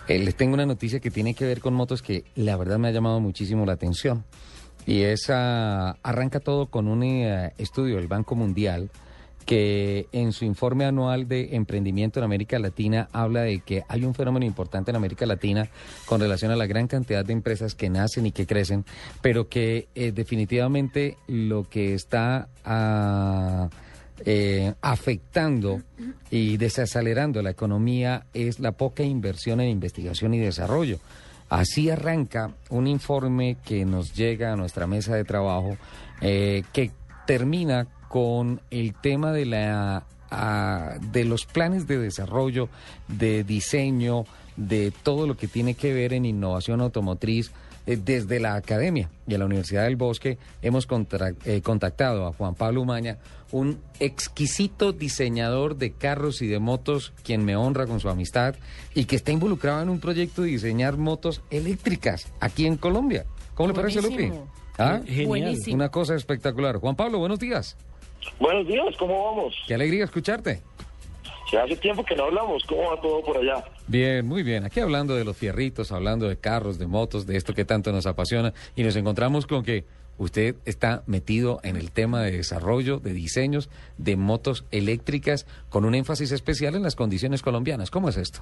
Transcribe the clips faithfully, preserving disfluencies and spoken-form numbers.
Eh, les tengo una noticia que tiene que ver con motos que la verdad me ha llamado muchísimo la atención. Y es, uh, arranca todo con un uh, estudio del Banco Mundial que en su informe anual de emprendimiento en América Latina habla de que hay un fenómeno importante en América Latina con relación a la gran cantidad de empresas que nacen y que crecen, pero que eh, definitivamente lo que está uh, eh, afectando y desacelerando la economía es la poca inversión en investigación y desarrollo. Así arranca un informe que nos llega a nuestra mesa de trabajo eh, que termina con el tema de la a, de los planes de desarrollo, de diseño, de todo lo que tiene que ver en innovación automotriz. Eh, desde la academia y a la Universidad del Bosque hemos contra, eh, contactado a Juan Pablo Umaña, un exquisito diseñador de carros y de motos, quien me honra con su amistad y que está involucrado en un proyecto de diseñar motos eléctricas aquí en Colombia. ¿Cómo le parece, Lupi? ¿Ah? Buenísimo. Una cosa espectacular. Juan Pablo, buenos días. Buenos días, ¿cómo vamos? Qué alegría escucharte. Ya hace tiempo que no hablamos, ¿cómo va todo por allá? Bien, muy bien. Aquí hablando de los fierritos, hablando de carros, de motos, de esto que tanto nos apasiona, y nos encontramos con que usted está metido en el tema de desarrollo, de diseños, de motos eléctricas, con un énfasis especial en las condiciones colombianas. ¿Cómo es esto?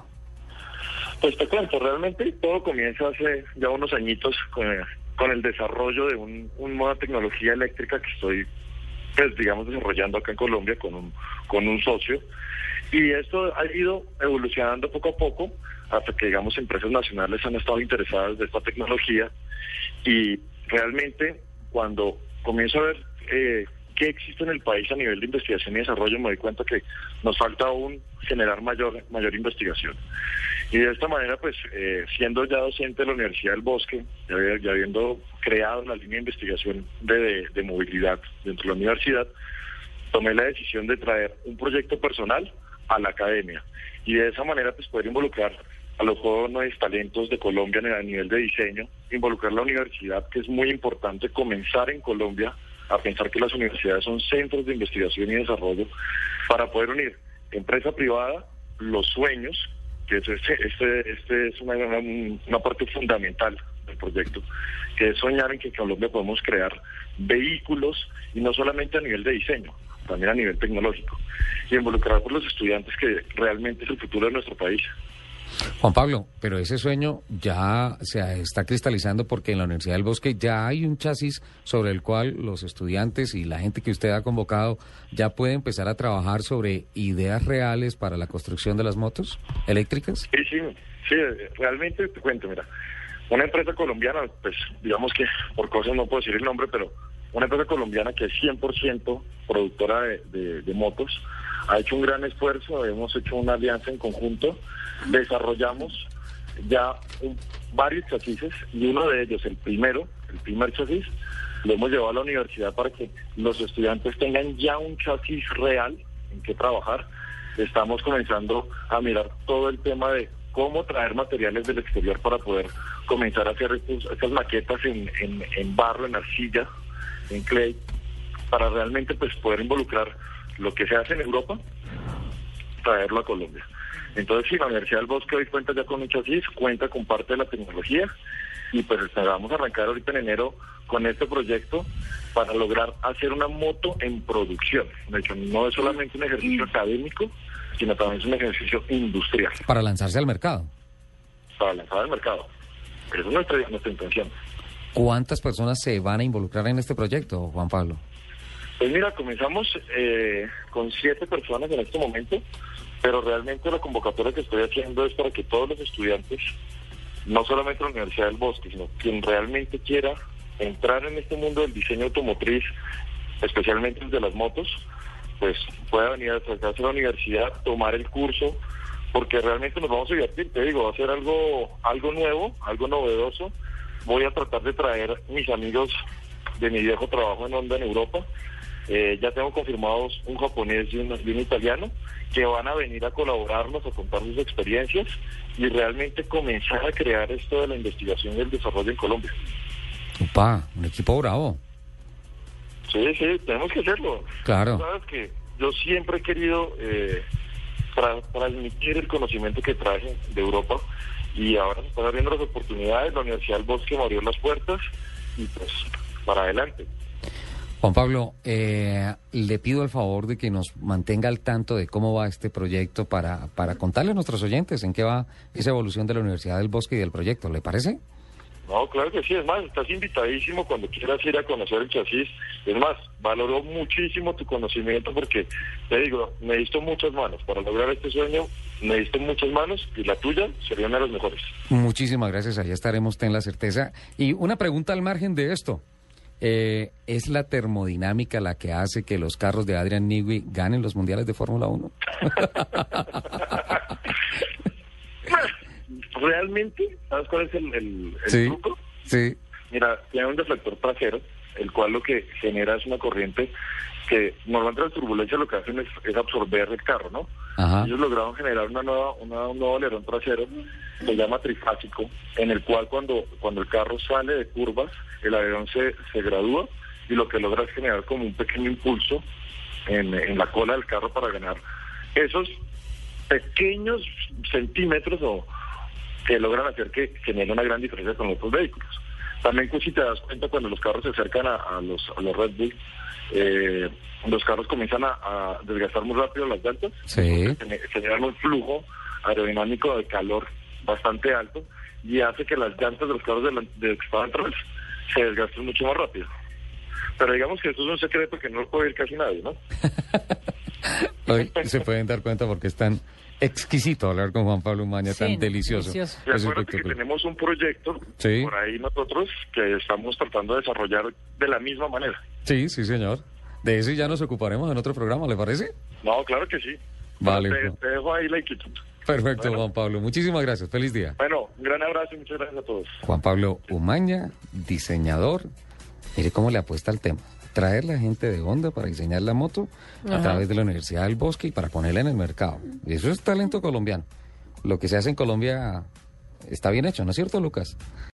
Pues te cuento, realmente todo comienza hace ya unos añitos con, con el desarrollo de un, una nueva tecnología eléctrica que estoy, pues digamos, desarrollando acá en Colombia con un, con un socio. Y esto ha ido evolucionando poco a poco hasta que, digamos, empresas nacionales han estado interesadas de esta tecnología. Y realmente, cuando comienzo a ver eh, qué existe en el país a nivel de investigación y desarrollo, me doy cuenta que nos falta aún generar mayor, mayor investigación. Y de esta manera, pues, eh, siendo ya docente de la Universidad del Bosque, ya, ya habiendo creado la línea de investigación de, de, de movilidad dentro de la universidad, tomé la decisión de traer un proyecto personal a la academia y de esa manera pues poder involucrar a los jóvenes talentos de Colombia a nivel de diseño, involucrar a la universidad, que es muy importante comenzar en Colombia a pensar que las universidades son centros de investigación y desarrollo para poder unir empresa privada, los sueños, que este, este, este es una, una parte fundamental del proyecto, que es soñar en que en Colombia podemos crear vehículos y no solamente a nivel de diseño, también a nivel tecnológico, y involucrar por los estudiantes que realmente es el futuro de nuestro país. Juan Pablo, pero ese sueño ya se está cristalizando porque en la Universidad del Bosque ya hay un chasis sobre el cual los estudiantes y la gente que usted ha convocado ya puede empezar a trabajar sobre ideas reales para la construcción de las motos eléctricas. Sí, sí, sí, realmente te cuento, mira, una empresa colombiana, pues digamos que por cosas no puedo decir el nombre, pero una empresa colombiana que es cien por ciento productora de, de, de motos, ha hecho un gran esfuerzo, hemos hecho una alianza en conjunto, desarrollamos ya un, varios chasis y uno de ellos, el primero, el primer chasis, lo hemos llevado a la universidad para que los estudiantes tengan ya un chasis real en que trabajar. Estamos comenzando a mirar todo el tema de cómo traer materiales del exterior para poder comenzar a hacer estos, estas maquetas en, en, en barro, en arcilla, en clay, para realmente pues poder involucrar lo que se hace en Europa, traerlo a Colombia. Entonces, sí, la Universidad del Bosque hoy cuenta ya con un chasis, cuenta con parte de la tecnología, y pues vamos a arrancar ahorita en enero con este proyecto para lograr hacer una moto en producción. De hecho, no es solamente un ejercicio académico, sino también es un ejercicio industrial. Para lanzarse al mercado. Para lanzar al mercado. Pero eso es nuestra, nuestra intención. ¿Cuántas personas se van a involucrar en este proyecto, Juan Pablo? Pues mira, comenzamos eh, con siete personas en este momento, pero realmente la convocatoria que estoy haciendo es para que todos los estudiantes, no solamente la Universidad del Bosque, sino quien realmente quiera entrar en este mundo del diseño automotriz, especialmente el de las motos, pues pueda venir a acercarse a la universidad, tomar el curso, porque realmente nos vamos a divertir, te digo, va a ser algo, algo nuevo, algo novedoso. Voy a tratar de traer mis amigos de mi viejo trabajo en Honda en Europa. Eh, ya tengo confirmados un japonés y un, y un italiano que van a venir a colaborarnos, a contar sus experiencias y realmente comenzar a crear esto de la investigación y el desarrollo en Colombia. Opa, un equipo bravo. Sí, sí, tenemos que hacerlo. Claro. Sabes que yo siempre he querido eh, tra transmitir el conocimiento que traje de Europa y ahora se están abriendo las oportunidades, la Universidad del Bosque me abrió las puertas y pues para adelante. Juan Pablo, eh, le pido el favor de que nos mantenga al tanto de cómo va este proyecto para, para contarle a nuestros oyentes en qué va esa evolución de la Universidad del Bosque y del proyecto, ¿le parece? No, claro que sí, es más, estás invitadísimo cuando quieras ir a conocer el chasis. Es más, valoro muchísimo tu conocimiento porque, te digo, me diste muchas manos. Para lograr este sueño, me diste muchas manos y la tuya sería una de las mejores. Muchísimas gracias, allá estaremos, ten la certeza. Y una pregunta al margen de esto. Eh, ¿Es la termodinámica la que hace que los carros de Adrian Newey ganen los mundiales de Fórmula uno? Realmente, ¿sabes cuál es el, el, el sí, truco? Sí. Mira, tiene un deflector trasero, el cual lo que genera es una corriente que normalmente las turbulencias lo que hacen es, es absorber el carro, ¿no? Ajá. Ellos lograron generar una nueva, una, un nuevo alerón trasero, se llama trifásico, en el cual cuando, cuando el carro sale de curvas, el alerón se, se gradúa y lo que logra es generar como un pequeño impulso en, en la cola del carro para ganar esos pequeños centímetros o que logran hacer que genere una gran diferencia con otros vehículos. También, pues, si te das cuenta, cuando los carros se acercan a, a los a los Red Bull, eh, los carros comienzan a, a desgastar muy rápido las llantas, sí. generan un flujo aerodinámico de calor bastante alto y hace que las llantas de los carros de, la, de que estaban atrás se desgasten mucho más rápido. Pero digamos que esto es un secreto que no lo puede ver casi nadie, ¿no? Hoy se pueden dar cuenta porque es tan exquisito hablar con Juan Pablo Umaña, sí, tan delicioso. delicioso. Y acuérdate que tenemos un proyecto, sí, por ahí nosotros, que estamos tratando de desarrollar de la misma manera. Sí, sí, señor. De eso ya nos ocuparemos en otro programa, ¿le parece? No, claro que sí. Vale. Te, te dejo ahí la inquietud. Perfecto, bueno. Juan Pablo. Muchísimas gracias. Feliz día. Bueno, un gran abrazo y muchas gracias a todos. Juan Pablo Umaña, diseñador. Mire cómo le apuesta al tema. Traer la gente de Honda para diseñar la moto, ajá, a través de la Universidad del Bosque y para ponerla en el mercado. Y eso es talento colombiano. Lo que se hace en Colombia está bien hecho, ¿no es cierto, Lucas?